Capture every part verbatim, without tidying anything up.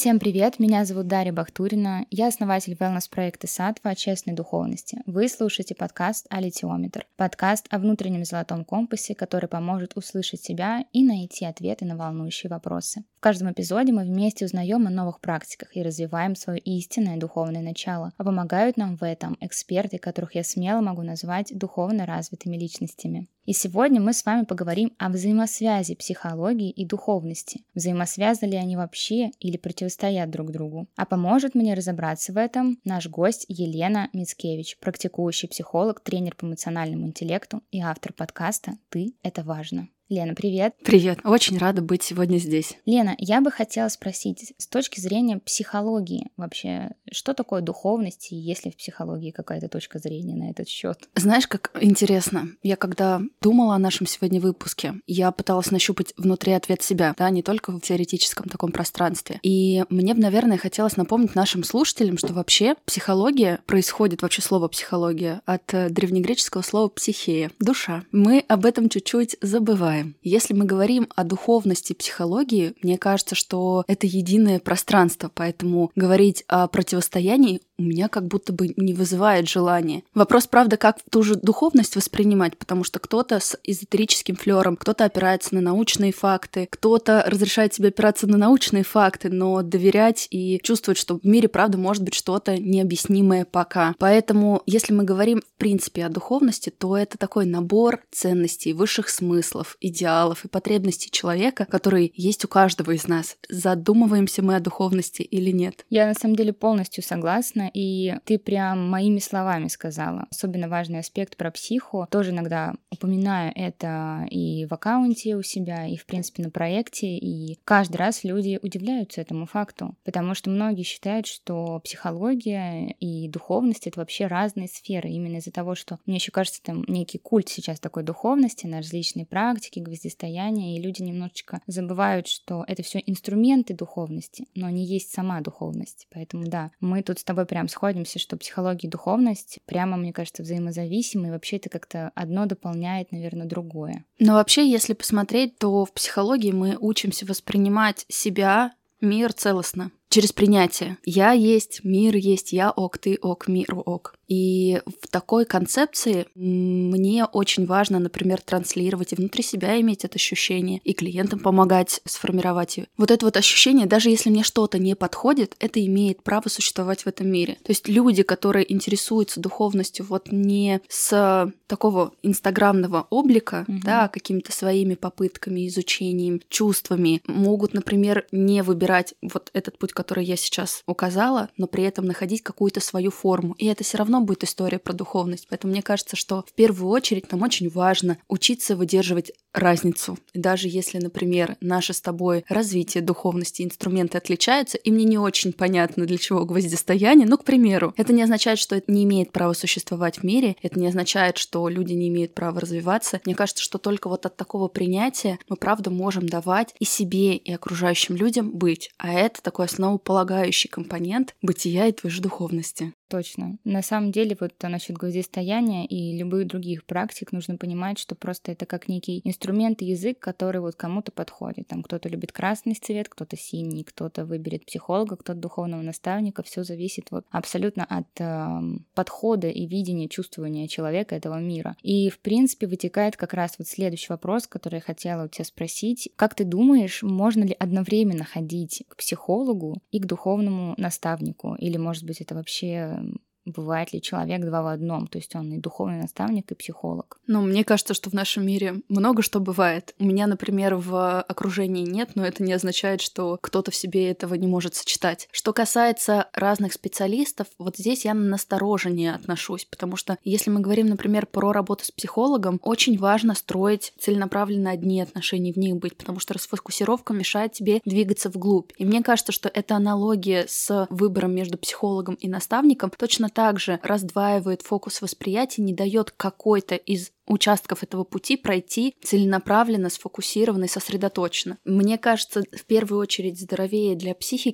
Всем привет, меня зовут Дарья Бахтурина, я основатель wellness-проекта Сатва о честной духовности. Вы слушаете подкаст «Алитиометр», подкаст о внутреннем золотом компасе, который поможет услышать себя и найти ответы на волнующие вопросы. В каждом эпизоде мы вместе узнаем о новых практиках и развиваем свое истинное духовное начало, а помогают нам в этом эксперты, которых я смело могу назвать духовно развитыми личностями. И сегодня мы с вами поговорим о взаимосвязи психологии и духовности. Взаимосвязаны ли они вообще или противостоят друг другу? А поможет мне разобраться в этом наш гость Елена Мицкевич, практикующий психолог, тренер по эмоциональному интеллекту и автор подкаста «Ты – это важно». Лена, привет. Привет. Очень рада быть сегодня здесь. Лена, я бы хотела спросить, с точки зрения психологии вообще, что такое духовность, и есть ли в психологии какая-то точка зрения на этот счет? Знаешь, как интересно. Я когда думала о нашем сегодня выпуске, я пыталась нащупать внутри ответ себя, да, не только в теоретическом таком пространстве. И мне бы, наверное, хотелось напомнить нашим слушателям, что вообще психология происходит, вообще слово психология, от древнегреческого слова психея, душа. Мы об этом чуть-чуть забываем. Если мы говорим о духовности психологии, мне кажется, что это единое пространство, поэтому говорить о противостоянии у меня как будто бы не вызывает желания. Вопрос, правда, как ту же духовность воспринимать, потому что кто-то с эзотерическим флером, кто-то опирается на научные факты, кто-то разрешает себе опираться на научные факты, но доверять и чувствовать, что в мире, правда, может быть что-то необъяснимое пока. Поэтому, если мы говорим, в принципе, о духовности, то это такой набор ценностей, высших смыслов, идеалов и потребностей человека, которые есть у каждого из нас. Задумываемся мы о духовности или нет? Я на самом деле полностью согласна, и ты прям моими словами сказала. Особенно важный аспект про психу. Тоже иногда упоминаю это и в аккаунте у себя, и в принципе на проекте, и каждый раз люди удивляются этому факту, потому что многие считают, что психология и духовность — это вообще разные сферы, именно из-за того, что мне еще кажется, там некий культ сейчас такой духовности на различные практики, гвоздистояния, и люди немножечко забывают, что это все инструменты духовности, но не есть сама духовность. Поэтому да, мы тут с тобой прям сходимся, что психология и духовность прямо, мне кажется, взаимозависимы, и вообще это как-то одно дополняет, наверное, другое. Но вообще, если посмотреть, то в психологии мы учимся воспринимать себя, мир целостно. Через принятие. Я есть, мир есть, я ок, ты ок, мир ок. И в такой концепции мне очень важно, например, транслировать и внутри себя иметь это ощущение, и клиентам помогать сформировать его. Вот это вот ощущение, даже если мне что-то не подходит, это имеет право существовать в этом мире. То есть люди, которые интересуются духовностью вот не с такого инстаграмного облика, mm-hmm. да, какими-то своими попытками, изучением, чувствами, могут, например, не выбирать вот этот путь, который я сейчас указала, но при этом находить какую-то свою форму. И это все равно будет история про духовность. Поэтому мне кажется, что в первую очередь нам очень важно учиться выдерживать разницу. И даже если, например, наше с тобой развитие духовности, инструменты отличаются, и мне не очень понятно, для чего гвоздистояние, но, к примеру, это не означает, что это не имеет права существовать в мире, это не означает, что люди не имеют права развиваться. Мне кажется, что только вот от такого принятия мы, правда, можем давать и себе, и окружающим людям быть. А это такой основополагающий компонент бытия и той же духовности. Точно. На самом деле, вот насчет гвоздистояния и любых других практик нужно понимать, что просто это как некий инструмент и язык, который вот кому-то подходит. Там кто-то любит красный цвет, кто-то синий, кто-то выберет психолога, кто-то духовного наставника. Все зависит вот абсолютно от э, подхода и видения, чувствования человека этого мира. И, в принципе, вытекает как раз вот следующий вопрос, который я хотела у тебя спросить. Как ты думаешь, можно ли одновременно ходить к психологу и к духовному наставнику? Или, может быть, это вообще... Бывает ли человек два в одном, то есть он и духовный наставник, и психолог? Ну, мне кажется, что в нашем мире много что бывает. У меня, например, в окружении нет, но это не означает, что кто-то в себе этого не может сочетать. Что касается разных специалистов, вот здесь я настороженнее отношусь, потому что если мы говорим, например, про работу с психологом, очень важно строить целенаправленно одни отношения, в них быть, потому что расфокусировка мешает тебе двигаться вглубь. И мне кажется, что эта аналогия с выбором между психологом и наставником точно также раздваивает фокус восприятия, не дает какой-то из участков этого пути пройти целенаправленно, сфокусированно и сосредоточенно. Мне кажется, в первую очередь здоровее для психики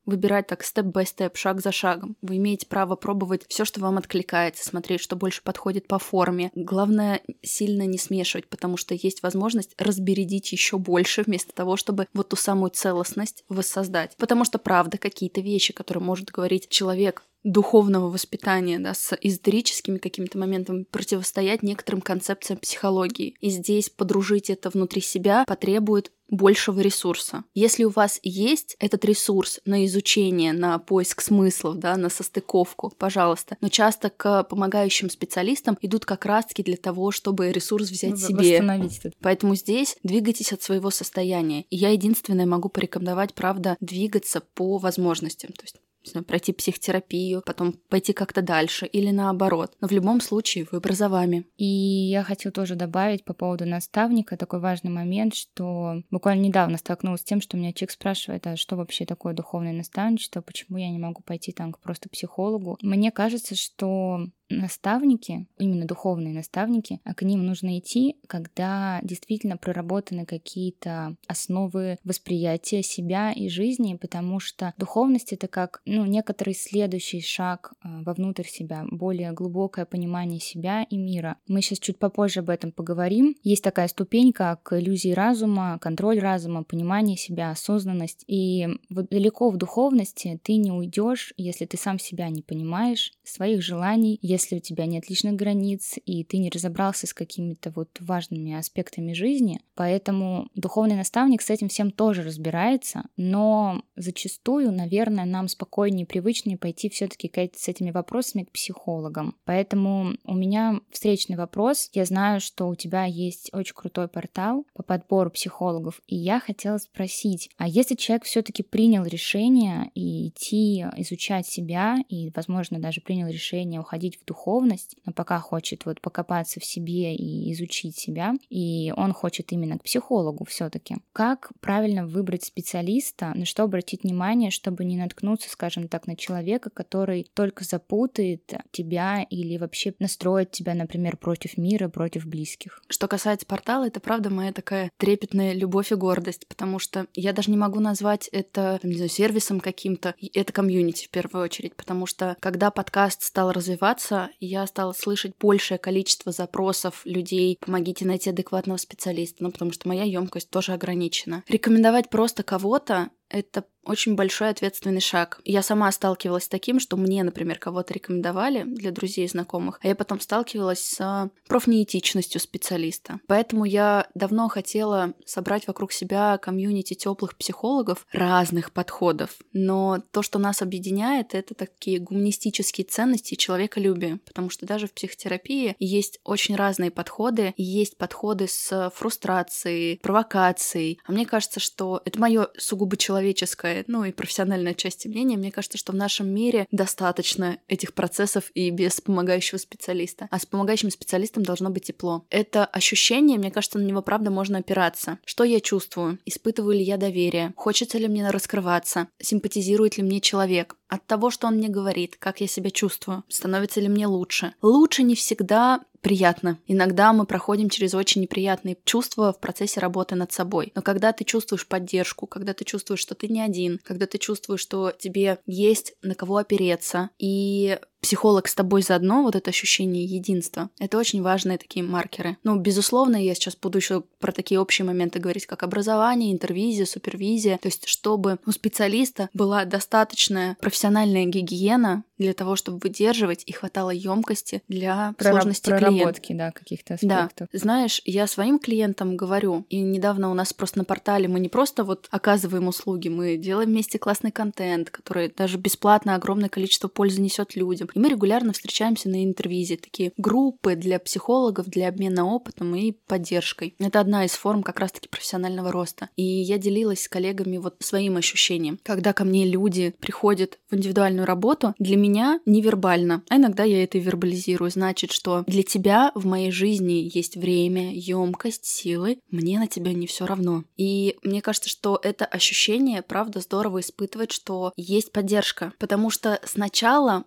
выбирать так степ-бай-степ, шаг за шагом. Вы имеете право пробовать все, что вам откликается, смотреть, что больше подходит по форме. Главное, сильно не смешивать, потому что есть возможность разбередить еще больше, вместо того, чтобы вот ту самую целостность воссоздать. Потому что, правда, какие-то вещи, которые может говорить человек духовного воспитания, да, с эзотерическими какими-то моментами, противостоять некоторым концепциям психологии. И здесь подружить это внутри себя потребует большего ресурса. Если у вас есть этот ресурс на изучение, на поиск смыслов, да, на состыковку, пожалуйста. Но часто к помогающим специалистам идут как раз-таки для того, чтобы ресурс взять Ну, себе. восстановить это. Поэтому здесь двигайтесь от своего состояния. И я единственное могу порекомендовать, правда, двигаться по возможностям. То есть пройти психотерапию, потом пойти как-то дальше или наоборот. Но в любом случае выбор за вами. И я хотела тоже добавить по поводу наставника такой важный момент, что буквально недавно столкнулась с тем, что меня человек спрашивает, а что вообще такое духовное наставничество, почему я не могу пойти там к просто психологу. Мне кажется, что наставники, именно духовные наставники, а к ним нужно идти, когда действительно проработаны какие-то основы восприятия себя и жизни, потому что духовность — это как, ну, некоторый следующий шаг вовнутрь себя, более глубокое понимание себя и мира. Мы сейчас чуть попозже об этом поговорим. Есть такая ступень, как иллюзии разума, контроль разума, понимание себя, осознанность. И вот далеко в духовности ты не уйдешь, если ты сам себя не понимаешь, своих желаний, если у тебя нет личных границ, и ты не разобрался с какими-то вот важными аспектами жизни. Поэтому духовный наставник с этим всем тоже разбирается, но зачастую, наверное, нам спокойнее и привычнее пойти все-таки с этими вопросами к психологам. Поэтому у меня встречный вопрос. Я знаю, что у тебя есть очень крутой портал по подбору психологов, и я хотела спросить, а если человек все-таки принял решение и идти изучать себя, и, возможно, даже принял решение уходить в духовность, но пока хочет вот покопаться в себе и изучить себя, и он хочет именно к психологу все-таки. Как правильно выбрать специалиста, на что обратить внимание, чтобы не наткнуться, скажем так, на человека, который только запутает тебя или вообще настроит тебя, например, против мира, против близких? Что касается портала, это правда моя такая трепетная любовь и гордость, потому что я даже не могу назвать это, не знаю, сервисом каким-то, это комьюнити в первую очередь, потому что когда подкаст стал развиваться, я стала слышать большее количество запросов людей: помогите найти адекватного специалиста, ну потому что моя емкость тоже ограничена. Рекомендовать просто кого-то — это очень большой ответственный шаг. Я сама сталкивалась с таким, что мне, например, кого-то рекомендовали для друзей и знакомых, а я потом сталкивалась с профнеэтичностью специалиста. Поэтому я давно хотела собрать вокруг себя комьюнити теплых психологов разных подходов. Но то, что нас объединяет, это такие гуманистические ценности и человеколюбие. Потому что даже в психотерапии есть очень разные подходы. И есть подходы с фрустрацией, провокацией. А мне кажется, что это мое сугубо человеческое, ну и профессиональная часть мнения. Мне кажется, что в нашем мире достаточно этих процессов и без помогающего специалиста. А с помогающим специалистом должно быть тепло. Это ощущение, мне кажется, на него правда можно опираться. Что я чувствую? Испытываю ли я доверие? Хочется ли мне раскрываться? Симпатизирует ли мне человек? От того, что он мне говорит, как я себя чувствую, становится ли мне лучше? Лучше не всегда приятно. Иногда мы проходим через очень неприятные чувства в процессе работы над собой. Но когда ты чувствуешь поддержку, когда ты чувствуешь, что ты не один, когда ты чувствуешь, что тебе есть на кого опереться, и психолог с тобой заодно, вот это ощущение единства, это очень важные такие маркеры. Ну, безусловно, я сейчас буду еще про такие общие моменты говорить, как образование, интервизия, супервизия. То есть, чтобы у специалиста была достаточная профессиональная гигиена для того, чтобы выдерживать, и хватало емкости для Прораб- сложности клиента. Проработки, да, каких-то аспектов. Да. Знаешь, я своим клиентам говорю, и недавно у нас просто на портале мы не просто вот оказываем услуги, мы делаем вместе классный контент, который даже бесплатно огромное количество пользы несет людям. И мы регулярно встречаемся на интервизии, такие группы для психологов, для обмена опытом и поддержкой. Это одна из форм как раз-таки профессионального роста. И я делилась с коллегами вот своим ощущением. Когда ко мне люди приходят в индивидуальную работу, для меня невербально, а иногда я это и вербализирую, значит, что для тебя в моей жизни есть время, емкость, силы, мне на тебя не все равно. И мне кажется, что это ощущение, правда, здорово испытывать, что есть поддержка. Потому что сначала мы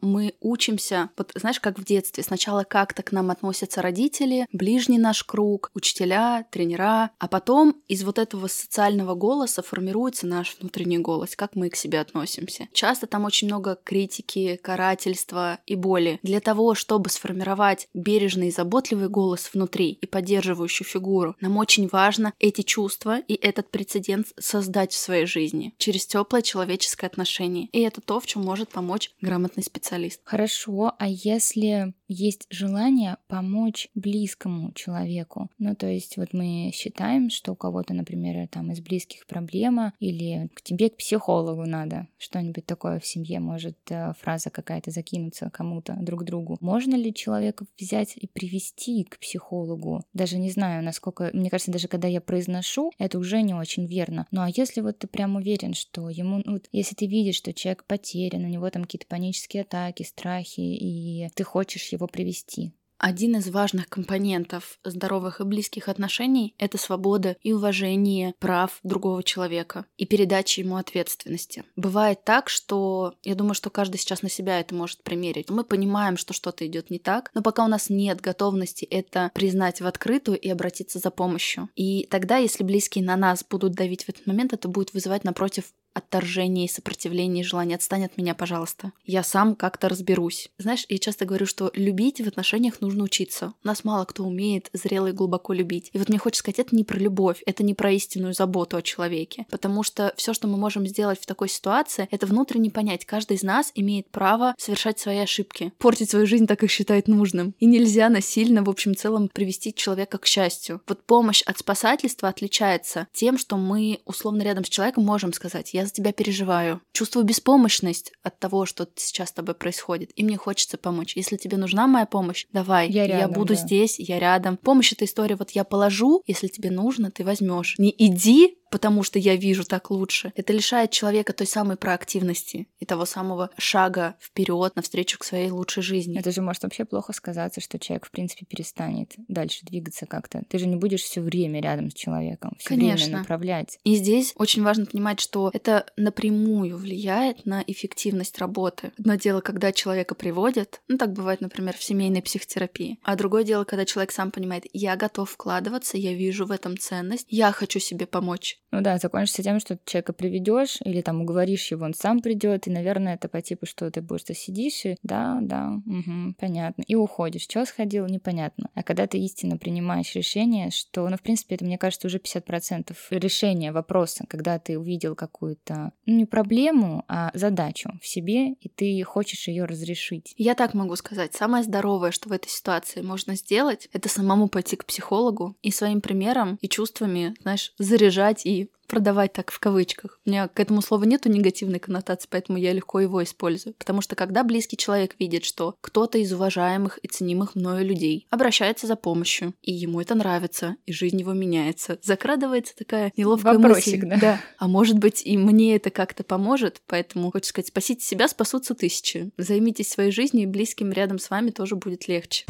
учимся, вот знаешь, как в детстве, сначала как-то к нам относятся родители, ближний наш круг, учителя, тренера, а потом из вот этого социального голоса формируется наш внутренний голос, как мы к себе относимся. Часто там очень много критики, карательства и боли. Для того, чтобы сформировать бережный и заботливый голос внутри и поддерживающую фигуру, нам очень важно эти чувства и этот прецедент создать в своей жизни через теплое человеческое отношение. И это то, в чем может помочь грамотный специалист. Хорошо, а если есть желание помочь близкому человеку? Ну, то есть вот мы считаем, что у кого-то, например, там из близких проблема, или к тебе к психологу надо, что-нибудь такое в семье, может фраза какая-то закинуться кому-то, друг другу. Можно ли человека взять и привести к психологу? Даже не знаю, насколько... Мне кажется, даже когда я произношу, это уже не очень верно. Ну, а если вот ты прям уверен, что ему... Ну, если ты видишь, что человек потерян, у него там какие-то панические атаки, страхи, и ты хочешь его привести. Один из важных компонентов здоровых и близких отношений — это свобода и уважение прав другого человека и передача ему ответственности. Бывает так, что, я думаю, что каждый сейчас на себя это может примерить. Мы понимаем, что что-то идет не так, но пока у нас нет готовности это признать в открытую и обратиться за помощью. И тогда, если близкие на нас будут давить в этот момент, это будет вызывать, напротив, отторжение, сопротивление, желание «отстань от меня, пожалуйста. Я сам как-то разберусь». Знаешь, я часто говорю, что любить в отношениях нужно учиться. У нас мало кто умеет зрело и глубоко любить. И вот мне хочется сказать, это не про любовь, это не про истинную заботу о человеке. Потому что все, что мы можем сделать в такой ситуации, это внутренне понять. Каждый из нас имеет право совершать свои ошибки, портить свою жизнь так, как считает нужным. И нельзя насильно, в общем целом, привести человека к счастью. Вот помощь от спасательства отличается тем, что мы условно рядом с человеком можем сказать: я за тебя переживаю, чувствую беспомощность от того, что сейчас с тобой происходит, и мне хочется помочь. Если тебе нужна моя помощь, давай, я, я, рядом, буду да. здесь, я рядом. Помощь — это история, вот я положу, если тебе нужно, ты возьмешь. Не иди, потому что я вижу так лучше. Это лишает человека той самой проактивности и того самого шага вперед навстречу к своей лучшей жизни. Это же может вообще плохо сказаться, что человек, в принципе, перестанет дальше двигаться как-то. Ты же не будешь все время рядом с человеком, все время направлять. И здесь очень важно понимать, что это напрямую влияет на эффективность работы. Одно дело, когда человека приводят, ну так бывает, например, в семейной психотерапии, а другое дело, когда человек сам понимает: я готов вкладываться, я вижу в этом ценность, я хочу себе помочь. Ну да, закончится тем, что ты человека приведешь или там уговоришь его, он сам придет, и, наверное, это по типу, что ты просто сидишь и да, да, угу, понятно, и уходишь. Чего сходил, непонятно. А когда ты истинно принимаешь решение, что, ну, в принципе, это, мне кажется, уже пятьдесят процентов решения вопроса, когда ты увидел какую-то, ну, не проблему, а задачу в себе, и ты хочешь ее разрешить. Я так могу сказать. Самое здоровое, что в этой ситуации можно сделать, это самому пойти к психологу и своим примером и чувствами, знаешь, заряжать и продавать так в кавычках. У меня к этому слову нету негативной коннотации, поэтому я легко его использую. Потому что когда близкий человек видит, что кто-то из уважаемых и ценимых мною людей обращается за помощью, и ему это нравится, и жизнь его меняется, закрадывается такая неловкая вопросик, мысль. Да? Да. А может быть, и мне это как-то поможет, поэтому хочу сказать, спасите себя, спасутся тысячи. Займитесь своей жизнью, и близким рядом с вами тоже будет легче.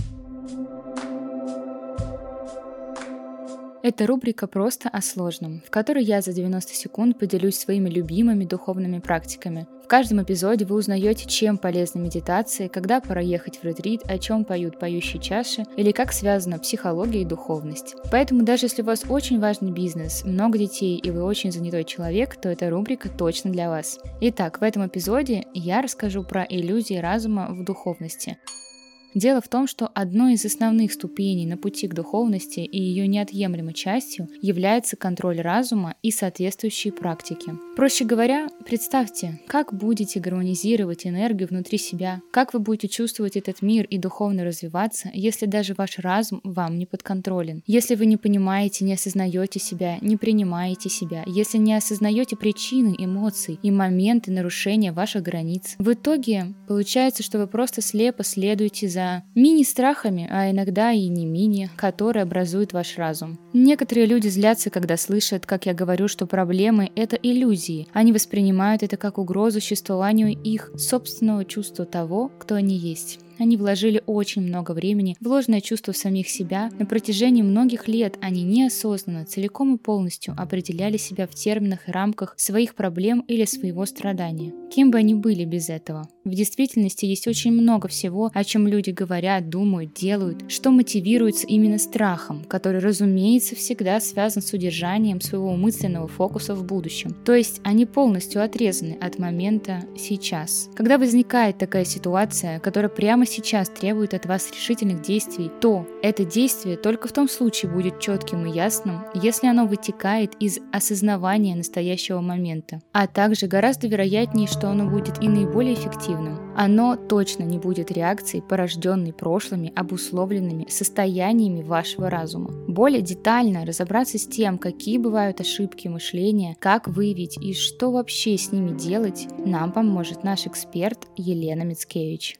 Это рубрика «Просто о сложном», в которой я за девяносто секунд поделюсь своими любимыми духовными практиками. В каждом эпизоде вы узнаете, чем полезны медитации, когда пора ехать в ретрит, о чем поют поющие чаши или как связана психология и духовность. Поэтому даже если у вас очень важный бизнес, много детей и вы очень занятой человек, то эта рубрика точно для вас. Итак, в этом эпизоде я расскажу про иллюзии разума в духовности. Дело в том, что одной из основных ступеней на пути к духовности и ее неотъемлемой частью является контроль разума и соответствующие практики. Проще говоря, представьте, как будете гармонизировать энергию внутри себя, как вы будете чувствовать этот мир и духовно развиваться, если даже ваш разум вам не подконтролен, если вы не понимаете, не осознаете себя, не принимаете себя, если не осознаете причины эмоций и моменты нарушения ваших границ. В итоге получается, что вы просто слепо следуете за за мини-страхами, а иногда и не мини, которые образуют ваш разум. Некоторые люди злятся, когда слышат, как я говорю, что проблемы — это иллюзии. Они воспринимают это как угрозу существованию их собственного чувства того, кто они есть. Они вложили очень много времени в ложное чувство в самих себя. На протяжении многих лет они неосознанно, целиком и полностью определяли себя в терминах и рамках своих проблем или своего страдания. Кем бы они были без этого? В действительности есть очень много всего, о чем люди говорят, думают, делают, что мотивируется именно страхом, который, разумеется, всегда связан с удержанием своего мысленного фокуса в будущем. То есть они полностью отрезаны от момента сейчас. Когда возникает такая ситуация, которая прямо сейчас требует от вас решительных действий, то это действие только в том случае будет четким и ясным, если оно вытекает из осознавания настоящего момента. А также гораздо вероятнее, что оно будет и наиболее эффективным. Оно точно не будет реакцией, порожденной прошлыми, обусловленными состояниями вашего разума. Более детально разобраться с тем, какие бывают ошибки мышления, как выявить и что вообще с ними делать, нам поможет наш эксперт Елена Мицкевич.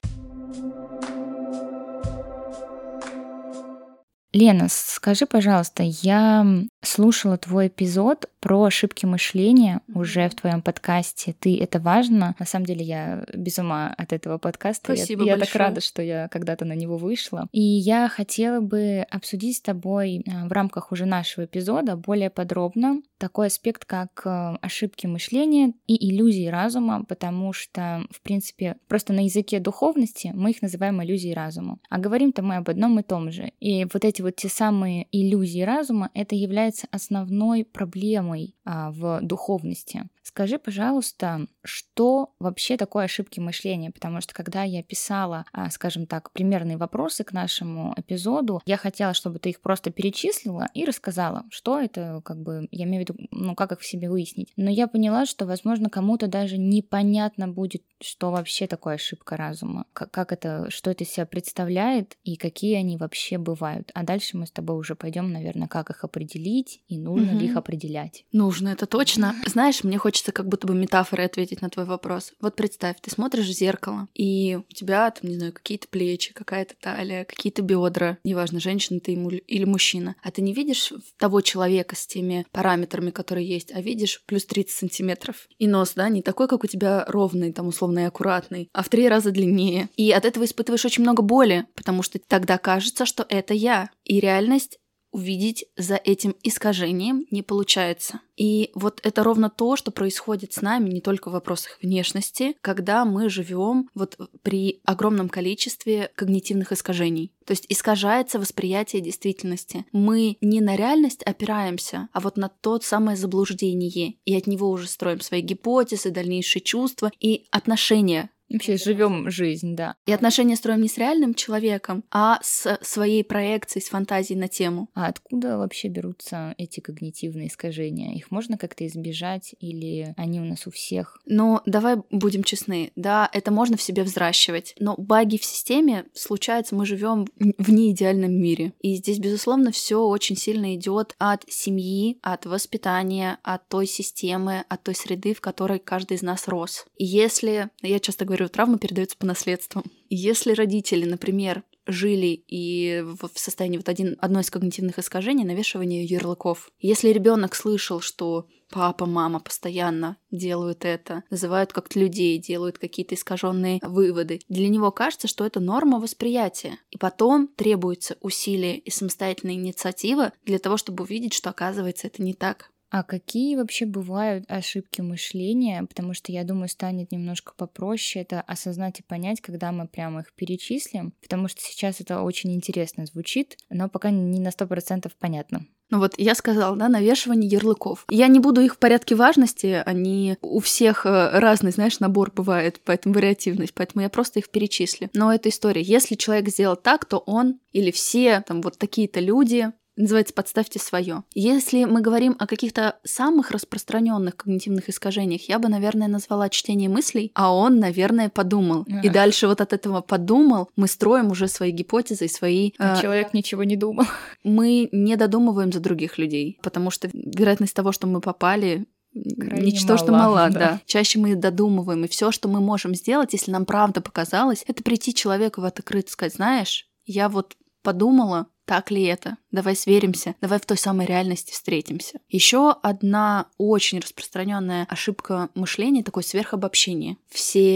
Лена, скажи, пожалуйста, я слушала твой эпизод про ошибки мышления уже в твоем подкасте. Ты это важно? На самом деле я без ума от этого подкаста. Спасибо я, я большое. так рада, что я когда-то на него вышла. И я хотела бы обсудить с тобой в рамках уже нашего эпизода более подробно такой аспект, как ошибки мышления и иллюзии разума, потому что, в принципе, просто на языке духовности мы их называем иллюзией разума. А говорим-то мы об одном и том же. И вот эти вот те самые иллюзии разума, это является основной проблемой а, в духовности. Скажи, пожалуйста, что вообще такое ошибки мышления? Потому что когда я писала, а, скажем так, примерные вопросы к нашему эпизоду, я хотела, чтобы ты их просто перечислила и рассказала, что это, как бы, я имею в виду, ну, как их в себе выяснить. Но я поняла, что, возможно, кому-то даже непонятно будет, что вообще такое ошибка разума, как, как это, что это из себя представляет и какие они вообще бывают. А дальше мы с тобой уже пойдем, наверное, как их определить и нужно Угу. ли их определять. Нужно, это точно. Знаешь, мне хочется как будто бы метафорой ответить на твой вопрос. Вот представь, ты смотришь в зеркало, и у тебя там, не знаю, какие-то плечи, какая-то талия, какие-то бедра, неважно, женщина ты ему или мужчина. А ты не видишь того человека с теми параметрами, которые есть, а видишь плюс тридцать сантиметров. И нос, да, не такой, как у тебя ровный, там, условно, и аккуратный, а в три раза длиннее. И от этого испытываешь очень много боли, потому что тогда кажется, что это я. И реальность увидеть за этим искажением не получается. И вот это ровно то, что происходит с нами не только в вопросах внешности, когда мы живем вот при огромном количестве когнитивных искажений. То есть искажается восприятие действительности. Мы не на реальность опираемся, а вот на то самое заблуждение. И от него уже строим свои гипотезы, дальнейшие чувства и отношения. Вообще живем жизнь, да. И отношения строим не с реальным человеком, а с своей проекцией, с фантазией на тему. А откуда вообще берутся эти когнитивные искажения? Их можно как-то избежать или они у нас у всех? Но давай будем честны, да, это можно в себе взращивать, но баги в системе случаются, мы живем в неидеальном мире. И здесь, безусловно, все очень сильно идет от семьи, от воспитания, от той системы, от той среды, в которой каждый из нас рос. И если, я часто говорю, травма передается по наследству. Если родители, например, жили и в состоянии вот один, одно из когнитивных искажений — навешивание ярлыков. Если ребенок слышал, что папа, мама постоянно делают это, называют как-то людей, делают какие-то искаженные выводы, для него кажется, что это норма восприятия. И потом требуется усилие и самостоятельная инициатива для того, чтобы увидеть, что, оказывается, это не так. А какие вообще бывают ошибки мышления? Потому что, я думаю, станет немножко попроще это осознать и понять, когда мы прямо их перечислим, потому что сейчас это очень интересно звучит, но пока не на сто процентов понятно. Ну вот я сказала, да, навешивание ярлыков. Я не буду их в порядке важности, они у всех разный, знаешь, набор бывает, поэтому вариативность, поэтому я просто их перечислю. Но это история. Если человек сделал так, то он или все там вот такие-то люди... Называется «подставьте свое». Если мы говорим о каких-то самых распространенных когнитивных искажениях, я бы, наверное, назвала чтение мыслей, а он, наверное, подумал. Yeah. И дальше вот от этого «подумал» мы строим уже свои гипотезы и свои... А э... Человек ничего не думал. Мы не додумываем за других людей, потому что вероятность того, что мы попали... Крайне ничтожно мала, мала, да. да. Чаще мы додумываем, и все, что мы можем сделать, если нам правда показалось, это прийти человеку в открытую и сказать: знаешь, я вот подумала, так ли это? Давай сверимся, давай в той самой реальности встретимся. Еще одна очень распространенная ошибка мышления — такое сверхобобщение. Все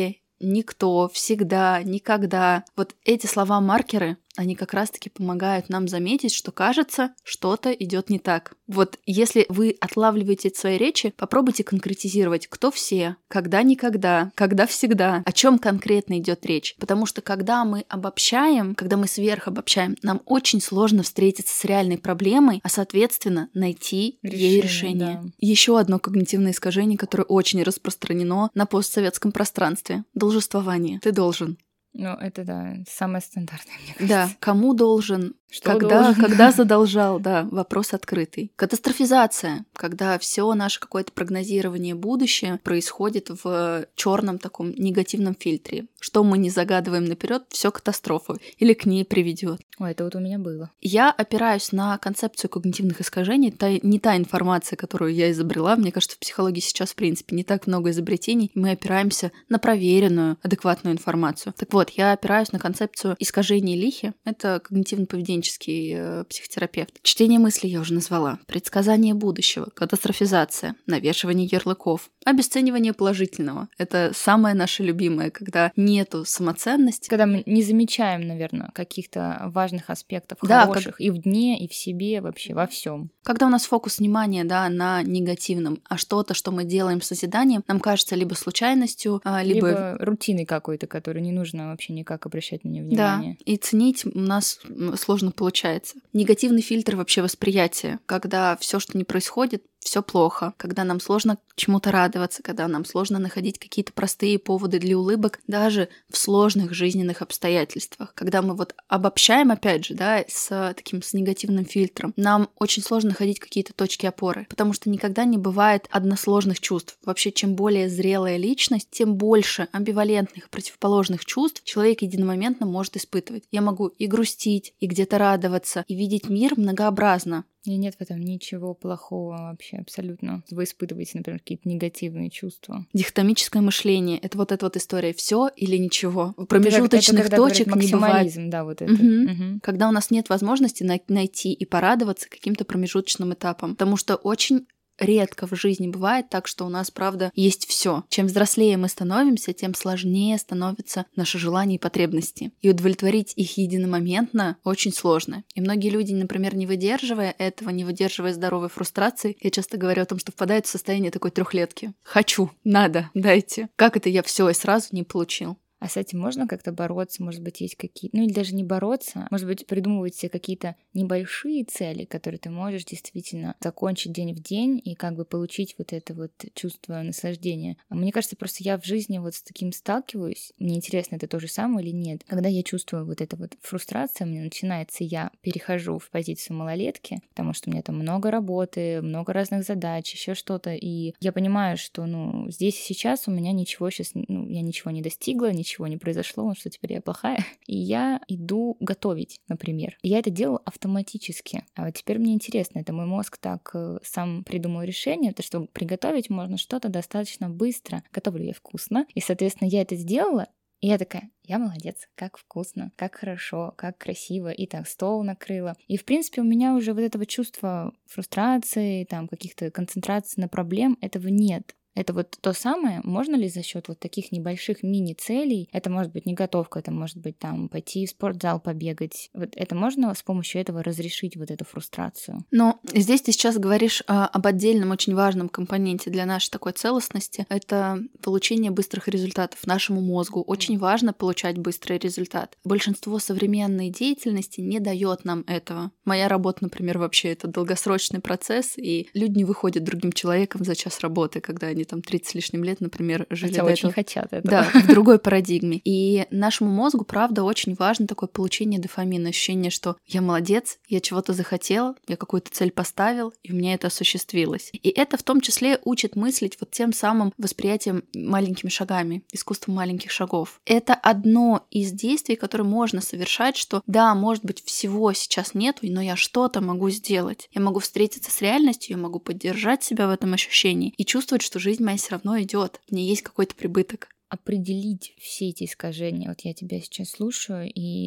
никто, всегда, никогда. Вот эти слова-маркеры, они как раз-таки помогают нам заметить, что, кажется, что-то идет не так. Вот если вы отлавливаете эти свои речи, попробуйте конкретизировать, кто все, когда никогда, когда всегда, о чем конкретно идет речь. Потому что когда мы обобщаем, когда мы сверхобобщаем, нам очень сложно встретиться с реальной проблемой, а соответственно найти решение, ей решение. Да. Еще одно когнитивное искажение, которое очень распространено на постсоветском пространстве — должествование. Ты должен. Ну, это, да, самое стандартное, мне кажется. Да, кому должен, что когда, должен? когда задолжал, да, вопрос открытый. Катастрофизация, когда все наше какое-то прогнозирование будущего происходит в черном таком негативном фильтре. Что мы не загадываем наперед, все катастрофа или к ней приведет. Ой, это вот у меня было. Я опираюсь на концепцию когнитивных искажений. Та, не та информация, которую я изобрела. Мне кажется, в психологии сейчас, в принципе, не так много изобретений. Мы опираемся на проверенную, адекватную информацию. Так вот, я опираюсь на концепцию искажений Лихи. Это когнитивно-поведенческий э, психотерапевт. Чтение мыслей я уже назвала. Предсказание будущего, катастрофизация, навешивание ярлыков, обесценивание положительного. Это самое наше любимое, когда нету самоценности. Когда мы не замечаем, наверное, каких-то важных аспектов, да, хороших, как... и в дне, и в себе, вообще во всем. Когда у нас фокус внимания, да, на негативном, а что-то, что мы делаем с созиданием, нам кажется либо случайностью, либо... либо рутиной какой-то, которой не нужно вообще никак обращать на нее внимание. Да, и ценить у нас сложно получается. Негативный фильтр вообще восприятия, когда все, что не происходит, все плохо, когда нам сложно чему-то радоваться, когда нам сложно находить какие-то простые поводы для улыбок даже в сложных жизненных обстоятельствах. Когда мы вот обобщаем, опять же, да, с таким с негативным фильтром, нам очень сложно находить какие-то точки опоры, потому что никогда не бывает односложных чувств. Вообще, чем более зрелая личность, тем больше амбивалентных, противоположных чувств человек единомоментно может испытывать. Я могу и грустить, и где-то радоваться, и видеть мир многообразно. И нет в этом ничего плохого вообще абсолютно. Вы испытываете, например, какие-то негативные чувства. Дихотомическое мышление — это вот эта вот история: все или ничего. Промежуточных это, это точек не бывает. Да, вот это. Угу. Угу. Когда у нас нет возможности найти и порадоваться каким-то промежуточным этапом. Потому что очень редко в жизни бывает так, что у нас, правда, есть все. Чем взрослее мы становимся, тем сложнее становятся наши желания и потребности. И удовлетворить их единомоментно очень сложно. И многие люди, например, не выдерживая этого, не выдерживая здоровой фрустрации, я часто говорю о том, что впадают в состояние такой трехлетки. Хочу, надо, дайте. Как это я все и сразу не получил? А с этим можно как-то бороться? Может быть, есть какие-то... Ну, или даже не бороться. Может быть, придумывать себе какие-то небольшие цели, которые ты можешь действительно закончить день в день и как бы получить вот это вот чувство наслаждения. А мне кажется, просто я в жизни вот с таким сталкиваюсь. Мне интересно, это то же самое или нет. Когда я чувствую вот эту вот фрустрацию, мне начинается, я перехожу в позицию малолетки, потому что у меня там много работы, много разных задач, еще что-то. И я понимаю, что, ну, здесь и сейчас у меня ничего сейчас... Ну, я ничего не достигла, ничего ничего не произошло, что теперь я плохая. И я иду готовить, например. И я это делаю автоматически. А вот теперь мне интересно, это мой мозг так э, сам придумал решение, то что приготовить можно что-то достаточно быстро. Готовлю я вкусно. И, соответственно, я это сделала, и я такая: я молодец, как вкусно, как хорошо, как красиво, и так стол накрыла. И, в принципе, у меня уже вот этого чувства фрустрации, там, каких-то концентраций на проблем, этого нет. Это вот то самое, можно ли за счет вот таких небольших мини-целей, это может быть не готовка, это может быть там пойти в спортзал побегать, вот это можно с помощью этого разрешить вот эту фрустрацию? Но здесь ты сейчас говоришь а, об отдельном очень важном компоненте для нашей такой целостности, это получение быстрых результатов. Нашему мозгу очень важно получать быстрый результат. Большинство современной деятельности не дает нам этого. Моя работа, например, вообще это долгосрочный процесс, и люди не выходят другим человеком за час работы, когда они там тридцать с лишним лет, например, жили Хотя до очень этого. хотят этого. Да, в другой парадигме. И нашему мозгу, правда, очень важно такое получение дофамина, ощущение, что я молодец, я чего-то захотела, я какую-то цель поставил, и у меня это осуществилось. И это в том числе учит мыслить вот тем самым восприятием маленькими шагами, искусством маленьких шагов. Это одно из действий, которые можно совершать, что да, может быть, всего сейчас нету, но я что-то могу сделать. Я могу встретиться с реальностью, я могу поддержать себя в этом ощущении и чувствовать, что жизнь моя все равно идет, в ней есть какой-то прибыток. Определить все эти искажения. Вот я тебя сейчас слушаю, и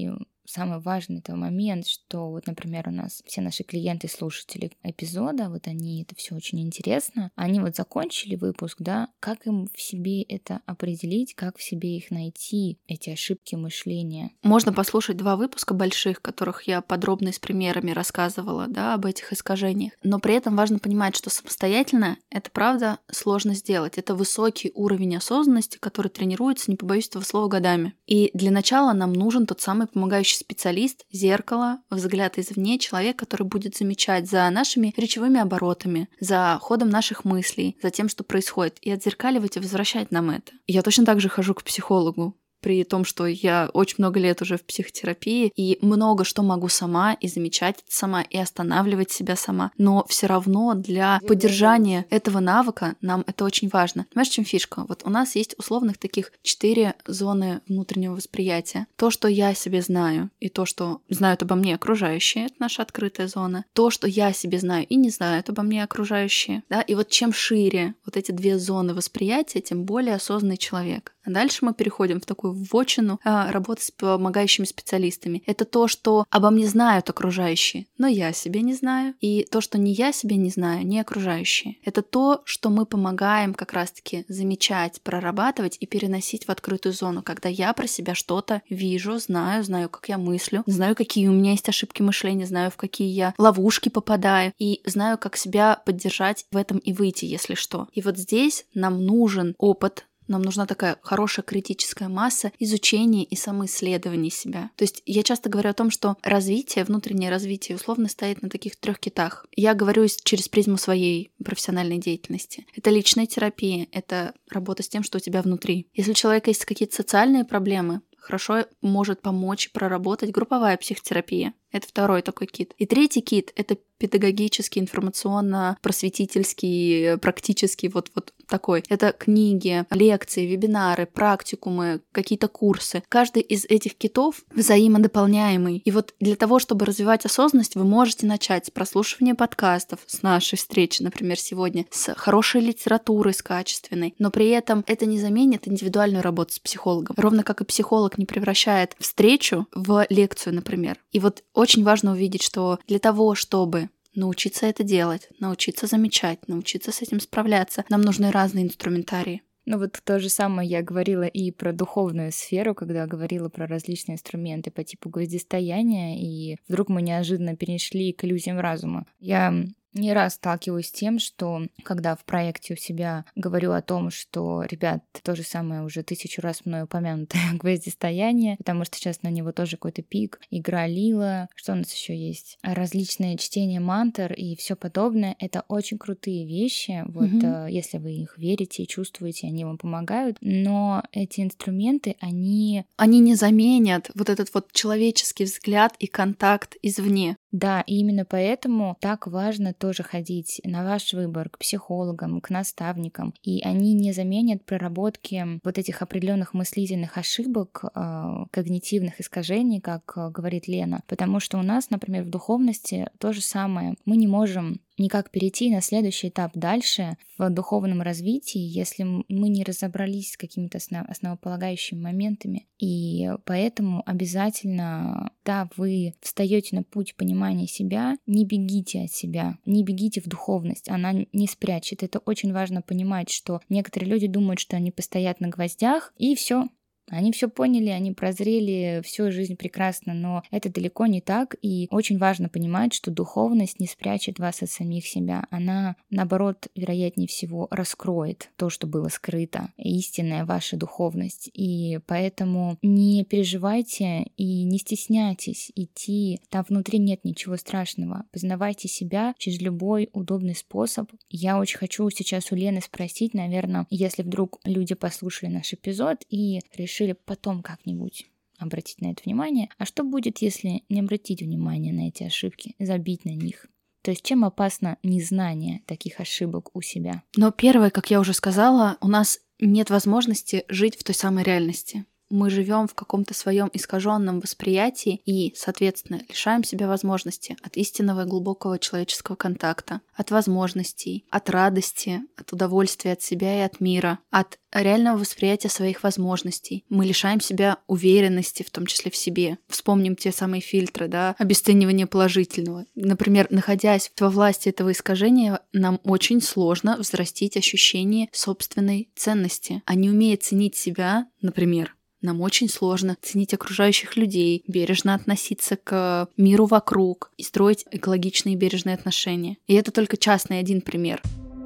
самый важный это момент, что вот, например, у нас все наши клиенты, слушатели эпизода, вот они, это все очень интересно, они вот закончили выпуск, да, как им в себе это определить, как в себе их найти, эти ошибки мышления. Можно послушать два выпуска больших, в которых я подробно и с примерами рассказывала, да, об этих искажениях. Но при этом важно понимать, что самостоятельно это, правда, сложно сделать. Это высокий уровень осознанности, который тренируется, не побоюсь этого слова, годами. И для начала нам нужен тот самый помогающий специалист, зеркало, взгляд извне, человек, который будет замечать за нашими речевыми оборотами, за ходом наших мыслей, за тем, что происходит, и отзеркаливать и возвращать нам это. Я точно так же хожу к психологу, при том, что я очень много лет уже в психотерапии, и много что могу сама, и замечать это сама, и останавливать себя сама. Но все равно для поддержания этого навыка нам это очень важно. Понимаешь, в чем фишка? Вот у нас есть условных таких четыре зоны внутреннего восприятия. То, что я о себе знаю, и то, что знают обо мне окружающие, это наша открытая зона. То, что я о себе знаю и не знают обо мне окружающие. Да? И вот чем шире вот эти две зоны восприятия, тем более осознанный человек. А дальше мы переходим в такую вотчину а, работы с помогающими специалистами. Это то, что обо мне знают окружающие, но я себе не знаю. И то, что не я себе не знаю, не окружающие. Это то, что мы помогаем как раз-таки замечать, прорабатывать и переносить в открытую зону, когда я про себя что-то вижу, знаю, знаю, как я мыслю, знаю, какие у меня есть ошибки мышления, знаю, в какие я ловушки попадаю, и знаю, как себя поддержать в этом и выйти, если что. И вот здесь нам нужен опыт, нам нужна такая хорошая критическая масса изучения и самоисследования себя. То есть я часто говорю о том, что развитие, внутреннее развитие условно стоит на таких трех китах. Я говорю через призму своей профессиональной деятельности. Это личная терапия, это работа с тем, что у тебя внутри. Если у человека есть какие-то социальные проблемы, хорошо может помочь проработать групповая психотерапия. Это второй такой кит. И третий кит — это педагогический, информационно-просветительский, практический, вот, вот такой. Это книги, лекции, вебинары, практикумы, какие-то курсы. Каждый из этих китов взаимодополняемый. И вот для того, чтобы развивать осознанность, вы можете начать с прослушивания подкастов, с нашей встречи, например, сегодня, с хорошей литературы, с качественной. Но при этом это не заменит индивидуальную работу с психологом. Ровно как и психолог не превращает встречу в лекцию, например. И вот очень важно увидеть, что для того, чтобы научиться это делать, научиться замечать, научиться с этим справляться, нам нужны разные инструментарии. Ну вот то же самое я говорила и про духовную сферу, когда говорила про различные инструменты по типу гвоздистояния, и вдруг мы неожиданно перешли к иллюзиям разума. Я не раз сталкиваюсь с тем, что когда в проекте у себя говорю о том, что, ребят, то же самое уже тысячу раз мной упомянутое гвоздистояние, потому что сейчас на него тоже какой-то пик, игра Лила, что у нас еще есть, различные чтения мантр и все подобное, это очень крутые вещи, вот mm-hmm. если вы их верите и чувствуете, они вам помогают, но эти инструменты, они... Они не заменят вот этот вот человеческий взгляд и контакт извне. Да, и именно поэтому так важно тоже ходить на ваш выбор к психологам, к наставникам, и они не заменят проработки вот этих определенных мыслительных ошибок, когнитивных искажений, как говорит Лена, потому что у нас, например, в духовности то же самое. Мы не можем никак перейти на следующий этап дальше в духовном развитии, если мы не разобрались с какими-то основополагающими моментами. И поэтому обязательно, да, вы встаете на путь понимания себя, не бегите от себя, не бегите в духовность, она не спрячет. Это очень важно понимать, что некоторые люди думают, что они постоят на гвоздях, и все. Они все поняли, они прозрели, всю жизнь прекрасна, но это далеко не так, и очень важно понимать, что духовность не спрячет вас от самих себя. Она, наоборот, вероятнее всего, раскроет то, что было скрыто, истинная ваша духовность. И поэтому не переживайте и не стесняйтесь идти, там внутри нет ничего страшного. Познавайте себя через любой удобный способ. Я очень хочу сейчас у Лены спросить, наверное, если вдруг люди послушали наш эпизод и решили решили потом как-нибудь обратить на это внимание. А что будет, если не обратить внимание на эти ошибки, забить на них? То есть чем опасно незнание таких ошибок у себя? Но первое, как я уже сказала, у нас нет возможности жить в той самой реальности. мы живем в каком-то своем искаженном восприятии и, соответственно, лишаем себя возможности от истинного и глубокого человеческого контакта, от возможностей, от радости, от удовольствия от себя и от мира, от реального восприятия своих возможностей. Мы лишаем себя уверенности, в том числе в себе. Вспомним те самые фильтры, да, обесценивание положительного. Например, находясь во власти этого искажения, нам очень сложно взрастить ощущение собственной ценности. А не умея ценить себя, например, нам очень сложно ценить окружающих людей, бережно относиться к миру вокруг и строить экологичные и бережные отношения. И это только частный один пример.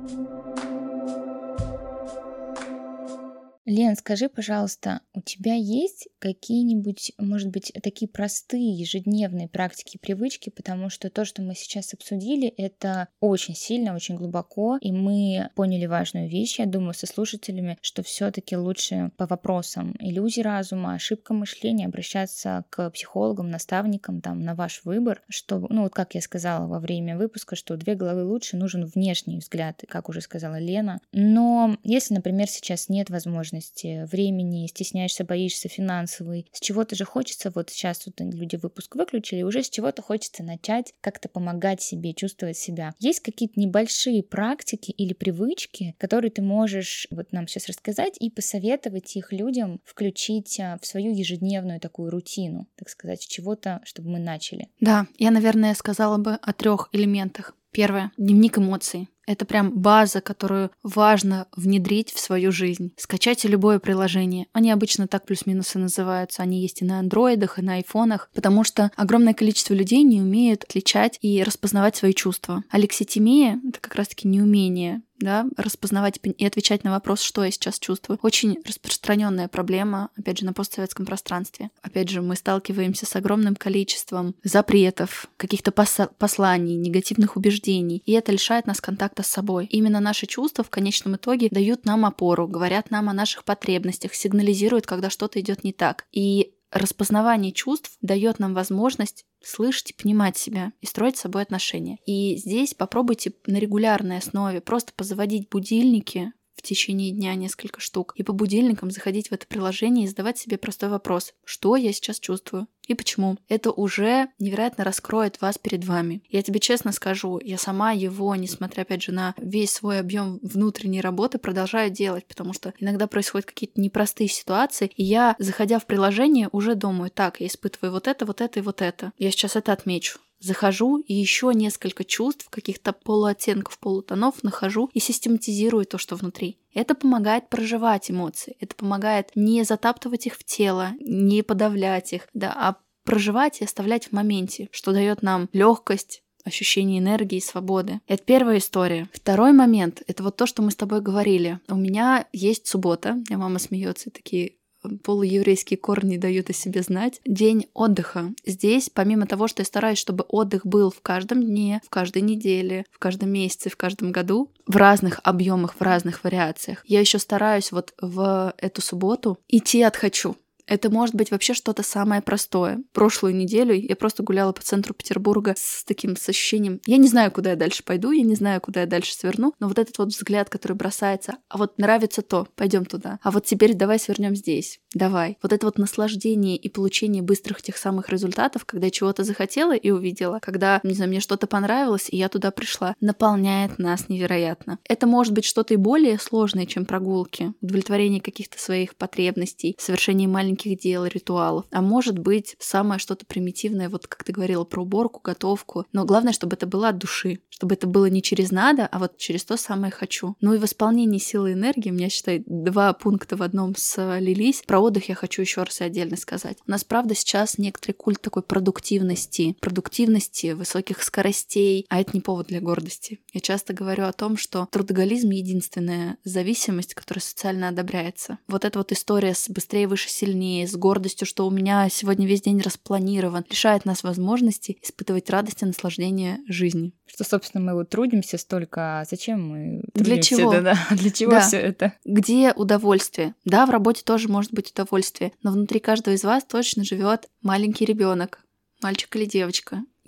Лен, скажи, пожалуйста, у тебя есть какие-нибудь, может быть, такие простые ежедневные практики и привычки, потому что то, что мы сейчас обсудили, это очень сильно, очень глубоко, и мы поняли важную вещь, я думаю, со слушателями, что все-таки лучше по вопросам иллюзий разума, ошибкам мышления обращаться к психологам, наставникам, там, на ваш выбор, чтобы, ну, вот как я сказала во время выпуска, что две головы лучше, нужен внешний взгляд, как уже сказала Лена. Но если, например, сейчас нет возможности времени, стесняешься, боишься финансовый, с чего-то же хочется, вот сейчас тут люди выпуск выключили, уже с чего-то хочется начать как-то помогать себе, чувствовать себя. Есть какие-то небольшие практики или привычки, которые ты можешь вот нам сейчас рассказать и посоветовать их людям включить в свою ежедневную такую рутину, так сказать, с чего-то, чтобы мы начали? Да, я, наверное, сказала бы о трех элементах. Первое — дневник эмоций. Это прям база, которую важно внедрить в свою жизнь. Скачайте любое приложение. Они обычно так плюс-минус и называются. Они есть и на андроидах, и на айфонах, потому что огромное количество людей не умеют отличать и распознавать свои чувства. Алекситимия — это как раз-таки неумение, да, распознавать и отвечать на вопрос, что я сейчас чувствую. Очень распространенная проблема, опять же, на постсоветском пространстве. Опять же, мы сталкиваемся с огромным количеством запретов, каких-то пос- посланий, негативных убеждений, и это лишает нас контакта с собой. Именно наши чувства в конечном итоге дают нам опору, говорят нам о наших потребностях, сигнализируют, когда что-то идет не так. И распознавание чувств дает нам возможность слышать и понимать себя и строить с собой отношения. И здесь попробуйте на регулярной основе просто позаводить будильники в течение дня, несколько штук, и по будильникам заходить в это приложение и задавать себе простой вопрос: что я сейчас чувствую и почему. Это уже невероятно раскроет вас перед вами. Я тебе честно скажу, я сама его, несмотря опять же на весь свой объем внутренней работы, продолжаю делать, потому что иногда происходят какие-то непростые ситуации, и я, заходя в приложение, уже думаю: так, я испытываю вот это, вот это и вот это. Я сейчас это отмечу. Захожу и еще несколько чувств, каких-то полуоттенков, полутонов нахожу и систематизирую то, что внутри. Это помогает проживать эмоции, это помогает не затаптывать их в тело, не подавлять их, да, а проживать и оставлять в моменте, что дает нам легкость, ощущение энергии и свободы. Это первая история. Второй момент — это вот то, что мы с тобой говорили. У меня есть суббота, у меня мама смеется, такие полуеврейские корни дают о себе знать. День отдыха. Здесь, помимо того, что я стараюсь, чтобы отдых был в каждом дне, в каждой неделе, в каждом месяце, в каждом году, в разных объемах, в разных вариациях, я еще стараюсь вот в эту субботу идти от «хочу». Это может быть вообще что-то самое простое. Прошлую неделю я просто гуляла по центру Петербурга с таким с ощущением: я не знаю, куда я дальше пойду, я не знаю, куда я дальше сверну, но вот этот вот взгляд, который бросается: а вот нравится то, пойдем туда, а вот теперь давай свернем здесь, давай. Вот это вот наслаждение и получение быстрых тех самых результатов, когда я чего-то захотела и увидела, когда, не знаю, мне что-то понравилось, и я туда пришла, наполняет нас невероятно. Это может быть что-то и более сложное, чем прогулки, удовлетворение каких-то своих потребностей, совершение маленьких дел, ритуалов. А может быть самое что-то примитивное, вот как ты говорила про уборку, готовку. Но главное, чтобы это было от души, чтобы это было не через надо, а вот через то самое хочу. Ну и в исполнении силы и энергии, у меня, считай, два пункта в одном слились. Про отдых я хочу еще раз отдельно сказать. У нас, правда, сейчас некоторый культ такой продуктивности, продуктивности, высоких скоростей, а это не повод для гордости. Я часто говорю о том, что трудоголизм — единственная зависимость, которая социально одобряется. Вот эта вот история с быстрее, выше, сильнее, с гордостью, что у меня сегодня весь день распланирован, лишает нас возможности испытывать радость и наслаждение жизни. Что, собственно, мы вот трудимся столько, а зачем мы трудимся? Для чего? Да, да. Для чего да. все это? Где удовольствие? Да, в работе тоже может быть удовольствие, но внутри каждого из вас точно живет маленький ребенок, мальчик или девочка.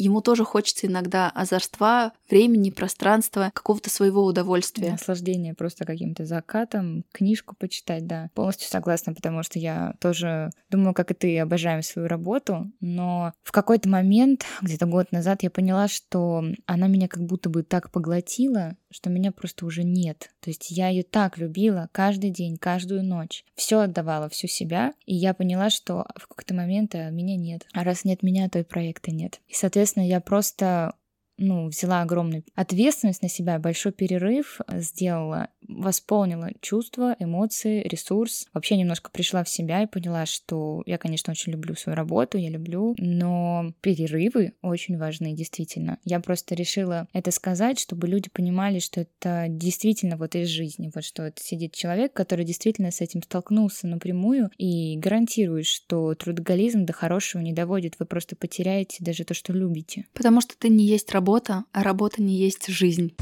ему тоже хочется иногда озорства, времени, пространства, какого-то своего удовольствия. Наслаждение просто каким-то закатом, книжку почитать, да. Полностью согласна, потому что я тоже думаю, как и ты, обожаю свою работу, но в какой-то момент, где-то год назад, я поняла, что она меня как будто бы так поглотила, что меня просто уже нет. То есть я ее так любила каждый день, каждую ночь. Все отдавала, всю себя, и я поняла, что в какой-то момент меня нет. А раз нет меня, то и проекта нет. И, соответственно, я просто ну, взяла огромную ответственность на себя, большой перерыв сделала, восполнила чувства, эмоции, ресурс. Вообще немножко пришла в себя и поняла, что я, конечно, очень люблю свою работу, я люблю, но перерывы очень важны, действительно. Я просто решила это сказать, чтобы люди понимали, что это действительно вот из жизни, вот что это сидит человек, который действительно с этим столкнулся напрямую, и гарантирую, что трудоголизм до хорошего не доводит, вы просто потеряете даже то, что любите. Потому что ты не есть работа, Работа, а работа не есть жизнь.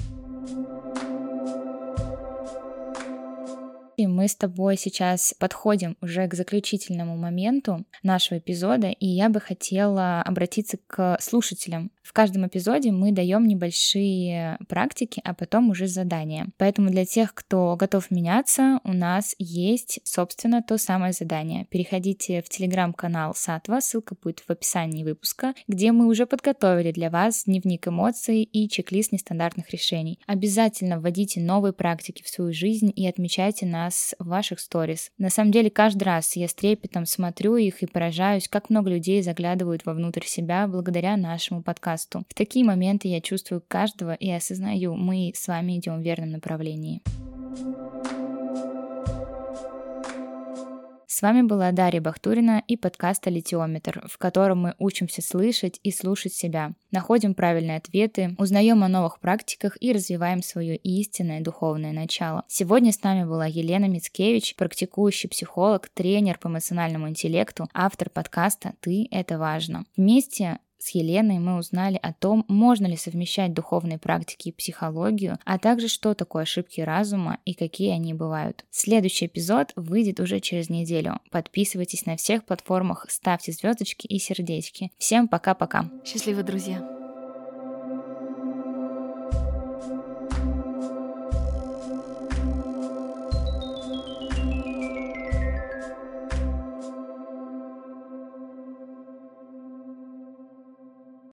И мы с тобой сейчас подходим уже к заключительному моменту нашего эпизода, и я бы хотела обратиться к слушателям. В каждом эпизоде мы даем небольшие практики, а потом уже задания. Поэтому для тех, кто готов меняться, у нас есть, собственно, то самое задание. Переходите в телеграм-канал Сатва, ссылка будет в описании выпуска, где мы уже подготовили для вас дневник эмоций и чек-лист нестандартных решений. Обязательно вводите новые практики в свою жизнь и отмечайте нас в ваших сторис. На самом деле, каждый раз я с трепетом смотрю их и поражаюсь, как много людей заглядывают вовнутрь себя благодаря нашему подкасту. В такие моменты я чувствую каждого и осознаю, мы с вами идем в верном направлении. С вами была Дарья Бахтурина и подкаст «Алитиометр», в котором мы учимся слышать и слушать себя, находим правильные ответы, узнаем о новых практиках и развиваем свое истинное духовное начало. Сегодня с нами была Елена Мицкевич, практикующий психолог, тренер по эмоциональному интеллекту, автор подкаста «Ты – это важно». Вместе с Еленой мы узнали о том, можно ли совмещать духовные практики и психологию, а также что такое ошибки разума и какие они бывают. Следующий эпизод выйдет уже через неделю. Подписывайтесь на всех платформах, ставьте звездочки и сердечки. Всем пока-пока. Счастливо, друзья!